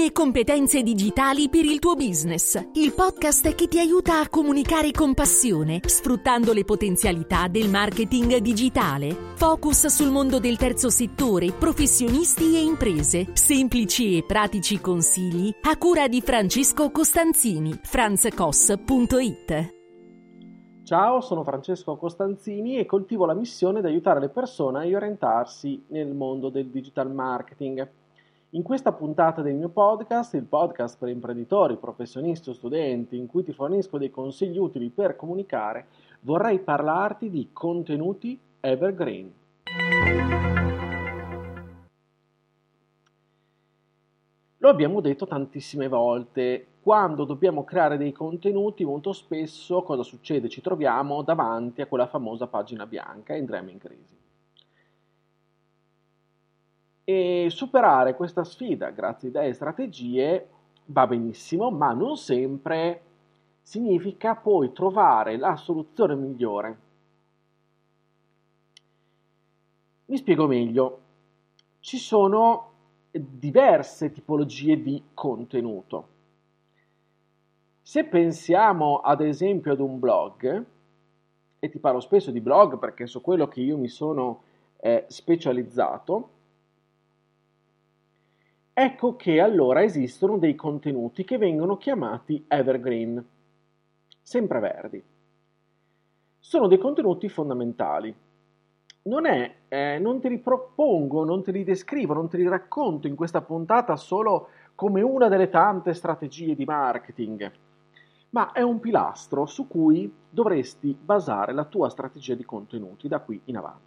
e competenze digitali per il tuo business. Il podcast che ti aiuta a comunicare con passione, sfruttando le potenzialità del marketing digitale. Focus sul mondo del terzo settore, professionisti e imprese. Semplici e pratici consigli a cura di Francesco Costanzini, franzcos.it. Ciao, sono Francesco Costanzini e coltivo la missione di aiutare le persone a orientarsi nel mondo del digital marketing. In questa puntata del mio podcast, il podcast per imprenditori, professionisti o studenti, in cui ti fornisco dei consigli utili per comunicare, vorrei parlarti di contenuti evergreen. Lo abbiamo detto tantissime volte, quando dobbiamo creare dei contenuti molto spesso cosa succede? Ci troviamo davanti a quella famosa pagina bianca e entriamo in crisi. E superare questa sfida grazie a idee e strategie va benissimo, ma non sempre significa poi trovare la soluzione migliore. Mi spiego meglio. Ci sono diverse tipologie di contenuto. Se pensiamo ad esempio ad un blog, e ti parlo spesso di blog perché è su quello che io mi sono specializzato, ecco che allora esistono dei contenuti che vengono chiamati evergreen, sempreverdi. Sono dei contenuti fondamentali. Non te li propongo, non te li descrivo, non te li racconto in questa puntata solo come una delle tante strategie di marketing, ma è un pilastro su cui dovresti basare la tua strategia di contenuti da qui in avanti.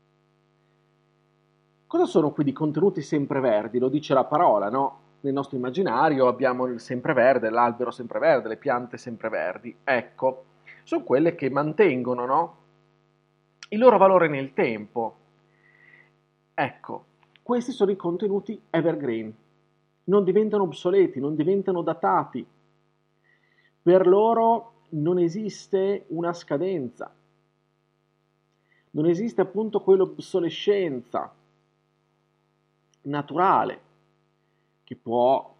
Cosa sono quindi contenuti sempreverdi? Lo dice la parola, no? Nel nostro immaginario abbiamo il sempreverde, l'albero sempreverde, le piante sempreverdi. Ecco, sono quelle che mantengono, no? Il loro valore nel tempo. Ecco, questi sono i contenuti evergreen. Non diventano obsoleti, non diventano datati. Per loro non esiste una scadenza. Non esiste appunto quell'obsolescenza naturale che può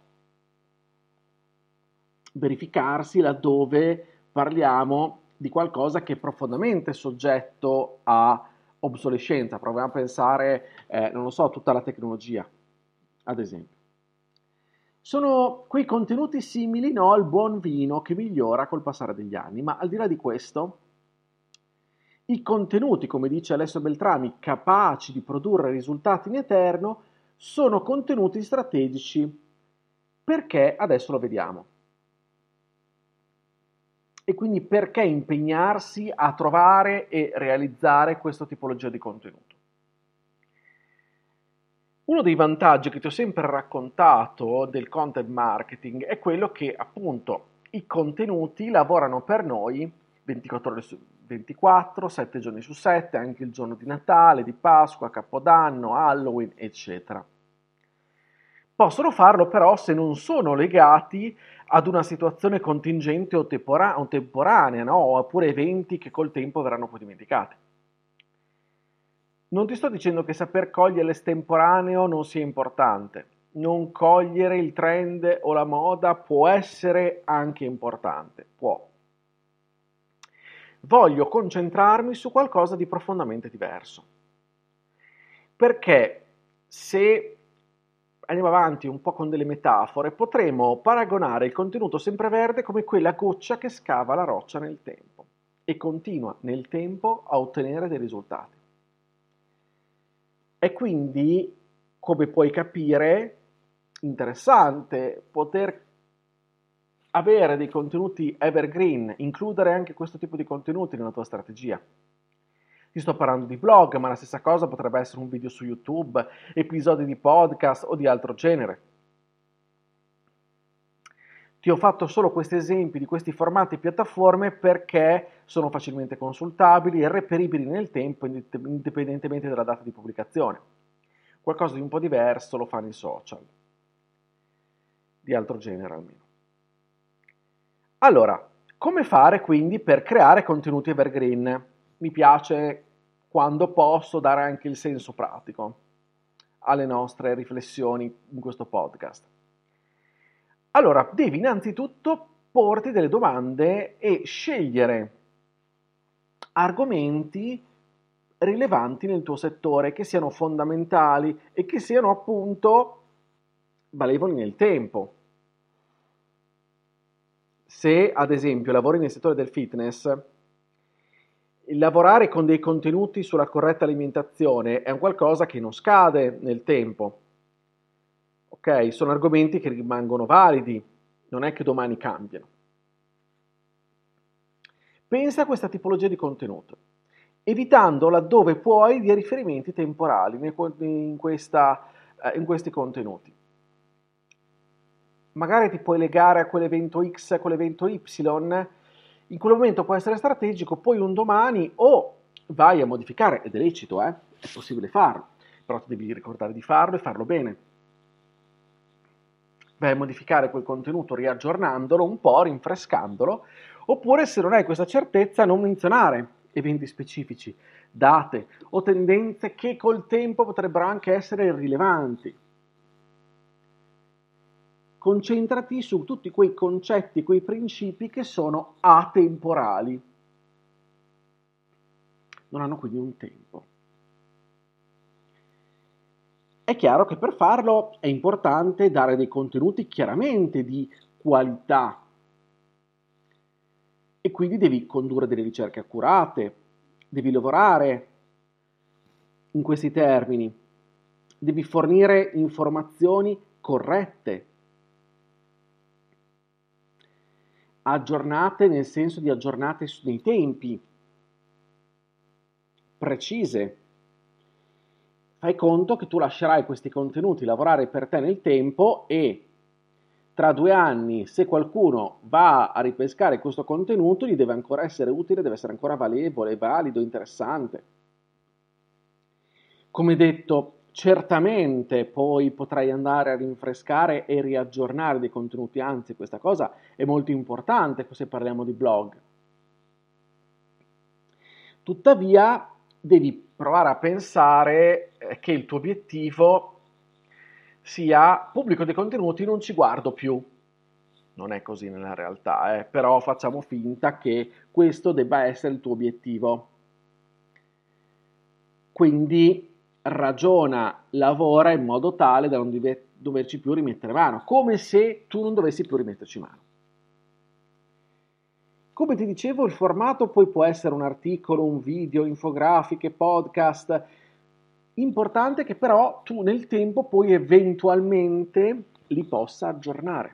verificarsi laddove parliamo di qualcosa che è profondamente soggetto a obsolescenza. Proviamo a pensare, non lo so, a tutta la tecnologia, ad esempio. Sono quei contenuti simili, no, al buon vino che migliora col passare degli anni, ma al di là di questo, i contenuti, come dice Alessio Beltrami, capaci di produrre risultati in eterno, sono contenuti strategici. Perché? Adesso lo vediamo. E quindi perché impegnarsi a trovare e realizzare questa tipologia di contenuto? Uno dei vantaggi che ti ho sempre raccontato del content marketing è quello che appunto i contenuti lavorano per noi 24 ore su 24, 7 giorni su 7, anche il giorno di Natale, di Pasqua, Capodanno, Halloween, eccetera. Possono farlo però se non sono legati ad una situazione contingente o temporanea, no? Oppure eventi che col tempo verranno poi dimenticati. Non ti sto dicendo che saper cogliere l'estemporaneo non sia importante. Non cogliere il trend o la moda può essere anche importante, può. Voglio concentrarmi su qualcosa di profondamente diverso. Perché se andiamo avanti un po' con delle metafore, potremo paragonare il contenuto sempreverde come quella goccia che scava la roccia nel tempo e continua nel tempo a ottenere dei risultati. È quindi, come puoi capire, interessante poter avere dei contenuti evergreen, includere anche questo tipo di contenuti nella tua strategia. Ti sto parlando di blog, ma la stessa cosa potrebbe essere un video su YouTube, episodi di podcast o di altro genere. Ti ho fatto solo questi esempi di questi formati e piattaforme perché sono facilmente consultabili e reperibili nel tempo indipendentemente dalla data di pubblicazione. Qualcosa di un po' diverso lo fanno i social, di altro genere almeno. Allora, come fare quindi per creare contenuti evergreen? Mi piace quando posso dare anche il senso pratico alle nostre riflessioni in questo podcast. Allora, devi innanzitutto porti delle domande e scegliere argomenti rilevanti nel tuo settore, che siano fondamentali e che siano appunto valevoli nel tempo. Se ad esempio lavori nel settore del fitness, il lavorare con dei contenuti sulla corretta alimentazione è un qualcosa che non scade nel tempo. Ok? Sono argomenti che rimangono validi, non è che domani cambiano. Pensa a questa tipologia di contenuto, evitando laddove puoi dei riferimenti temporali in questi contenuti. Magari ti puoi legare a quell'evento X, a quell'evento Y, in quel momento può essere strategico, poi un domani o vai a modificare, ed è lecito, è possibile farlo, però ti devi ricordare di farlo e farlo bene. Vai a modificare quel contenuto riaggiornandolo un po', rinfrescandolo, oppure se non hai questa certezza non menzionare eventi specifici, date o tendenze che col tempo potrebbero anche essere irrilevanti. Concentrati su tutti quei concetti, quei principi che sono atemporali. Non hanno quindi un tempo. È chiaro che per farlo è importante dare dei contenuti chiaramente di qualità e quindi devi condurre delle ricerche accurate, devi lavorare in questi termini, devi fornire informazioni corrette, aggiornate nel senso di aggiornate nei tempi, precise. Fai conto che tu lascerai questi contenuti lavorare per te nel tempo e tra 2 anni, se qualcuno va a ripescare questo contenuto, gli deve ancora essere utile, deve essere ancora valevole, valido, interessante. Come detto, certamente poi potrai andare a rinfrescare e riaggiornare dei contenuti, anzi questa cosa è molto importante se parliamo di blog. Tuttavia devi provare a pensare che il tuo obiettivo sia pubblico dei contenuti, non ci guardo più. Non è così nella realtà, però facciamo finta che questo debba essere il tuo obiettivo. Quindi ragiona, lavora in modo tale da non doverci più rimettere mano, come se tu non dovessi più rimetterci mano. Come ti dicevo, il formato poi può essere un articolo, un video, infografiche, podcast. Importante che però tu nel tempo poi eventualmente li possa aggiornare.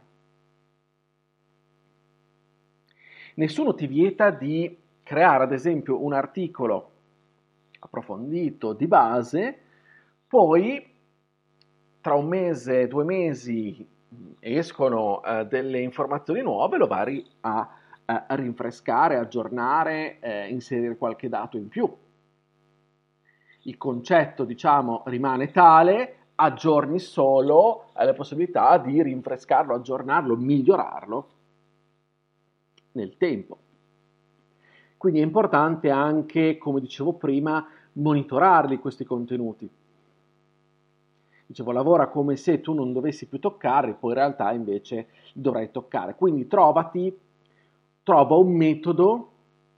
Nessuno ti vieta di creare ad esempio un articolo approfondito di base, poi tra 1 mese, 2 mesi escono delle informazioni nuove, lo vai a rinfrescare, aggiornare, inserire qualche dato in più. Il concetto, diciamo, rimane tale, aggiorni solo, hai la possibilità di rinfrescarlo, aggiornarlo, migliorarlo nel tempo. Quindi è importante anche, come dicevo prima, monitorarli questi contenuti. Dicevo, lavora come se tu non dovessi più toccarli, poi in realtà invece li dovrai toccare. Quindi trova un metodo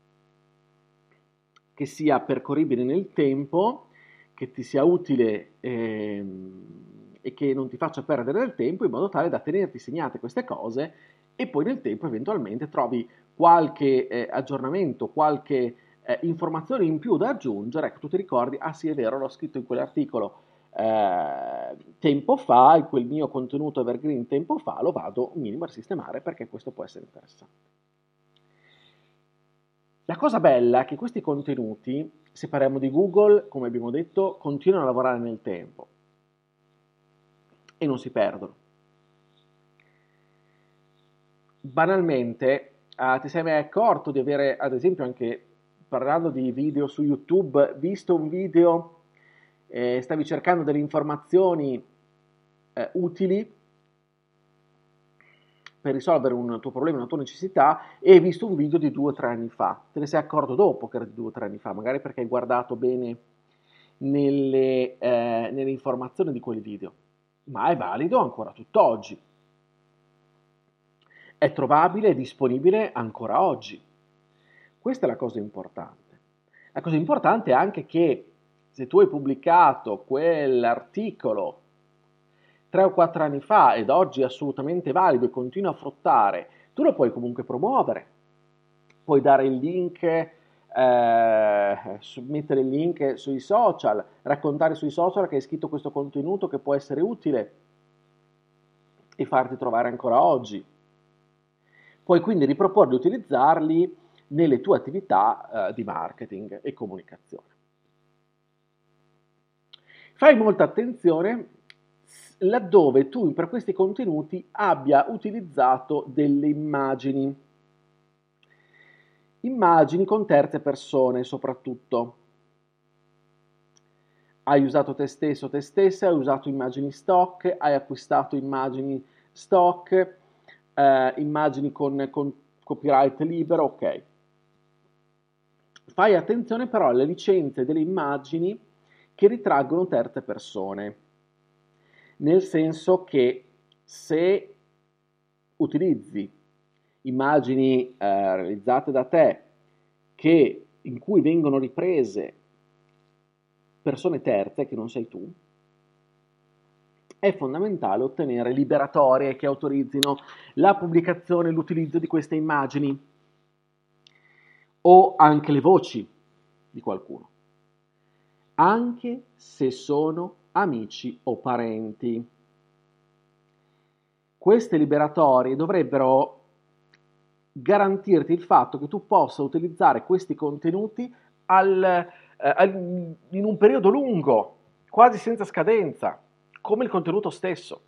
che sia percorribile nel tempo, che ti sia utile e che non ti faccia perdere del tempo, in modo tale da tenerti segnate queste cose e poi nel tempo eventualmente trovi qualche aggiornamento, qualche informazione in più da aggiungere. Ecco, tu ti ricordi, ah sì è vero, l'ho scritto in quell'articolo tempo fa, in quel mio contenuto evergreen tempo fa, lo vado un minimo a sistemare perché questo può essere interessante. La cosa bella è che questi contenuti, se parliamo di Google, come abbiamo detto, continuano a lavorare nel tempo e non si perdono. Banalmente, ti sei mai accorto di avere, ad esempio, anche parlando di video su YouTube, visto un video, stavi cercando delle informazioni utili per risolvere un tuo problema, una tua necessità, e hai visto un video di 2 o 3 anni fa. Te ne sei accorto dopo che era di 2 o 3 anni fa, magari perché hai guardato bene nelle informazioni di quel video, ma è valido ancora tutt'oggi. è trovabile e disponibile ancora oggi. Questa è la cosa importante. La cosa importante è anche che se tu hai pubblicato quell'articolo 3 o 4 anni fa ed oggi è assolutamente valido e continua a fruttare, tu lo puoi comunque promuovere. Puoi dare il link, mettere il link sui social, raccontare sui social che hai scritto questo contenuto che può essere utile e farti trovare ancora oggi. Puoi quindi riproporli e utilizzarli nelle tue attività di marketing e comunicazione. Fai molta attenzione laddove tu per questi contenuti abbia utilizzato delle immagini con terze persone soprattutto. Hai usato te stesso, te stessa, hai usato immagini stock, hai acquistato immagini stock, immagini con copyright libero, ok. Fai attenzione però alle licenze delle immagini che ritraggono terze persone, nel senso che se utilizzi immagini realizzate da te in cui vengono riprese persone terze che non sei tu, è fondamentale ottenere liberatorie che autorizzino la pubblicazione e l'utilizzo di queste immagini o anche le voci di qualcuno, anche se sono amici o parenti. Queste liberatorie dovrebbero garantirti il fatto che tu possa utilizzare questi contenuti in un periodo lungo, quasi senza scadenza, come il contenuto stesso.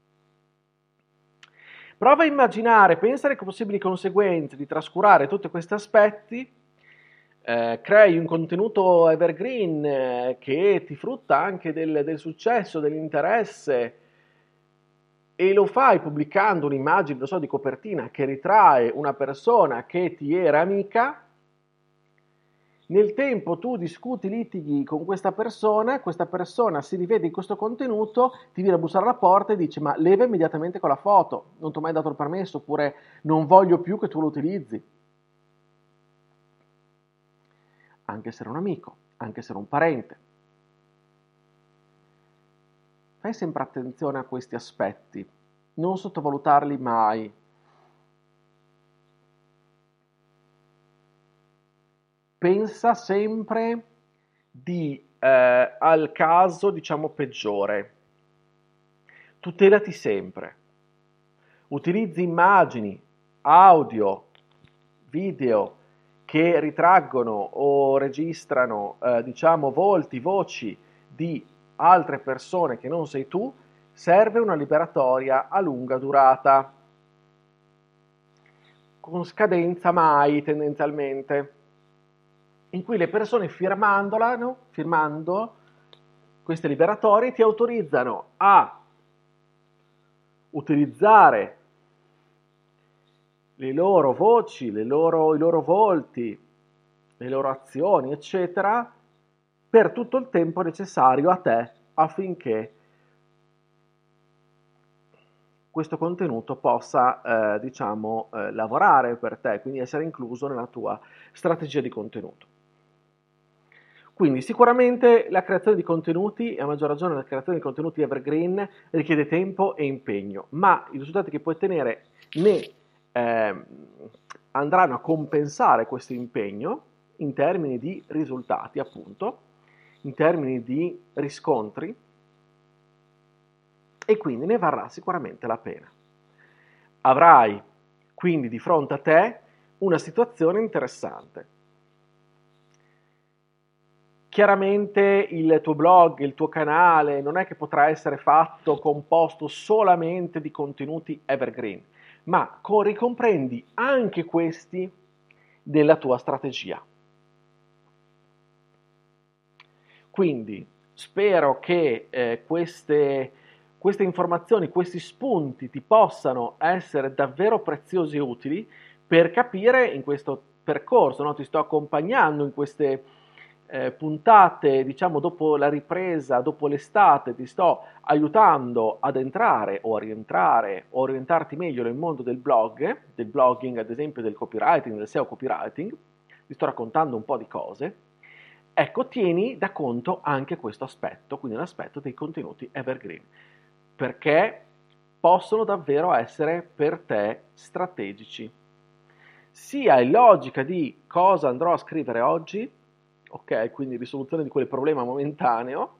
Prova a immaginare, pensa alle possibili conseguenze di trascurare tutti questi aspetti, crei un contenuto evergreen che ti frutta anche del successo, dell'interesse, e lo fai pubblicando un'immagine, non so, di copertina che ritrae una persona che ti era amica. Nel tempo tu discuti, litighi con questa persona si rivede in questo contenuto, ti viene a bussare alla porta e dice: ma leva immediatamente quella foto, non ti ho mai dato il permesso, oppure non voglio più che tu lo utilizzi. Anche se era un amico, anche se era un parente. Fai sempre attenzione a questi aspetti, non sottovalutarli mai. Pensa sempre al caso, diciamo, peggiore. Tutelati sempre. Utilizzi immagini, audio, video che ritraggono o registrano, diciamo, volti, voci di altre persone che non sei tu. Serve una liberatoria a lunga durata, con scadenza mai tendenzialmente, in cui le persone firmando queste liberatorie ti autorizzano a utilizzare le loro voci, i loro volti, le loro azioni, eccetera, per tutto il tempo necessario a te affinché questo contenuto possa, lavorare per te, quindi essere incluso nella tua strategia di contenuto. Quindi sicuramente la creazione di contenuti, e a maggior ragione la creazione di contenuti evergreen, richiede tempo e impegno, ma i risultati che puoi ottenere andranno a compensare questo impegno in termini di risultati, appunto, in termini di riscontri, e quindi ne varrà sicuramente la pena. Avrai quindi di fronte a te una situazione interessante. Chiaramente il tuo blog, il tuo canale non è che potrà essere composto solamente di contenuti evergreen, ma ricomprendi anche questi nella tua strategia. Quindi spero che queste informazioni, questi spunti ti possano essere davvero preziosi e utili per capire in questo percorso, no? Ti sto accompagnando in queste puntate, diciamo, dopo la ripresa, dopo l'estate, ti sto aiutando ad entrare o a rientrare o orientarti meglio nel mondo del blogging, ad esempio del copywriting, del SEO copywriting, ti sto raccontando un po' di cose. Ecco, tieni da conto anche questo aspetto, quindi l'aspetto dei contenuti evergreen, perché possono davvero essere per te strategici. Sia in logica di cosa andrò a scrivere oggi, ok, quindi risoluzione di quel problema momentaneo,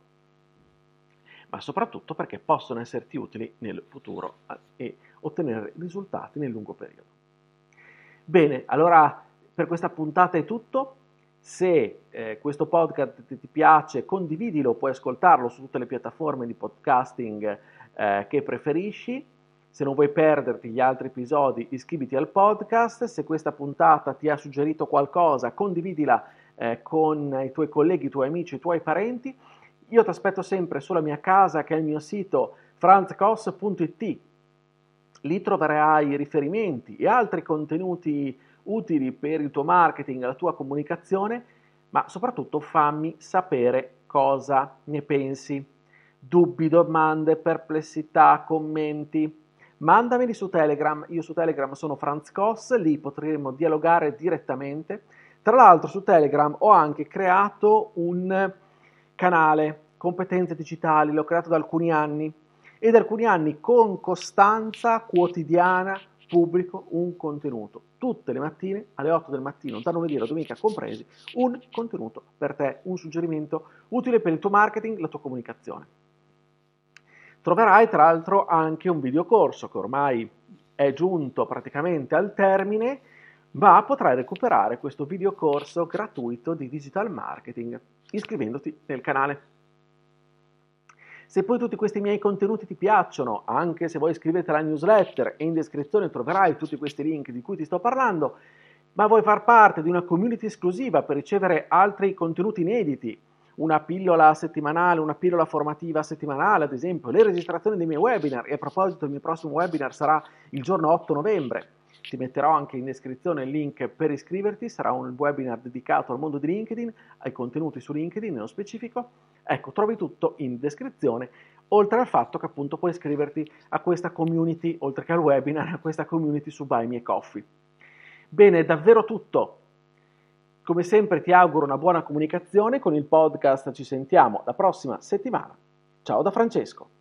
ma soprattutto perché possono esserti utili nel futuro e ottenere risultati nel lungo periodo. Bene, allora per questa puntata è tutto. Se questo podcast ti piace, condividilo, puoi ascoltarlo su tutte le piattaforme di podcasting che preferisci. Se non vuoi perderti gli altri episodi, iscriviti al podcast. Se questa puntata ti ha suggerito qualcosa, condividila con i tuoi colleghi, i tuoi amici, i tuoi parenti. Io ti aspetto sempre sulla mia casa, che è il mio sito franzcos.it. Lì troverai riferimenti e altri contenuti utili per il tuo marketing e la tua comunicazione, ma soprattutto fammi sapere cosa ne pensi. Dubbi, domande, perplessità, commenti, mandameli su Telegram. Io su Telegram sono Franz Cos, lì potremo dialogare direttamente. Tra l'altro su Telegram ho anche creato un canale Competenze Digitali, l'ho creato da alcuni anni e da alcuni anni con costanza quotidiana pubblico un contenuto. Tutte le mattine alle 8 del mattino, da lunedì alla domenica compresi, un contenuto per te, un suggerimento utile per il tuo marketing, la tua comunicazione. Troverai tra l'altro anche un videocorso che ormai è giunto praticamente al termine, ma potrai recuperare questo videocorso gratuito di digital marketing iscrivendoti nel canale. Se poi tutti questi miei contenuti ti piacciono, anche se vuoi iscriverti alla newsletter, e in descrizione troverai tutti questi link di cui ti sto parlando, ma vuoi far parte di una community esclusiva per ricevere altri contenuti inediti, una pillola settimanale, una pillola formativa settimanale, ad esempio, le registrazioni dei miei webinar, e a proposito il mio prossimo webinar sarà il giorno 8 novembre, ti metterò anche in descrizione il link per iscriverti, sarà un webinar dedicato al mondo di LinkedIn, ai contenuti su LinkedIn nello specifico. Ecco, trovi tutto in descrizione, oltre al fatto che appunto puoi iscriverti a questa community, oltre che al webinar, a questa community su Buy Me Coffee. Bene, è davvero tutto. Come sempre ti auguro una buona comunicazione, con il podcast ci sentiamo la prossima settimana. Ciao da Francesco.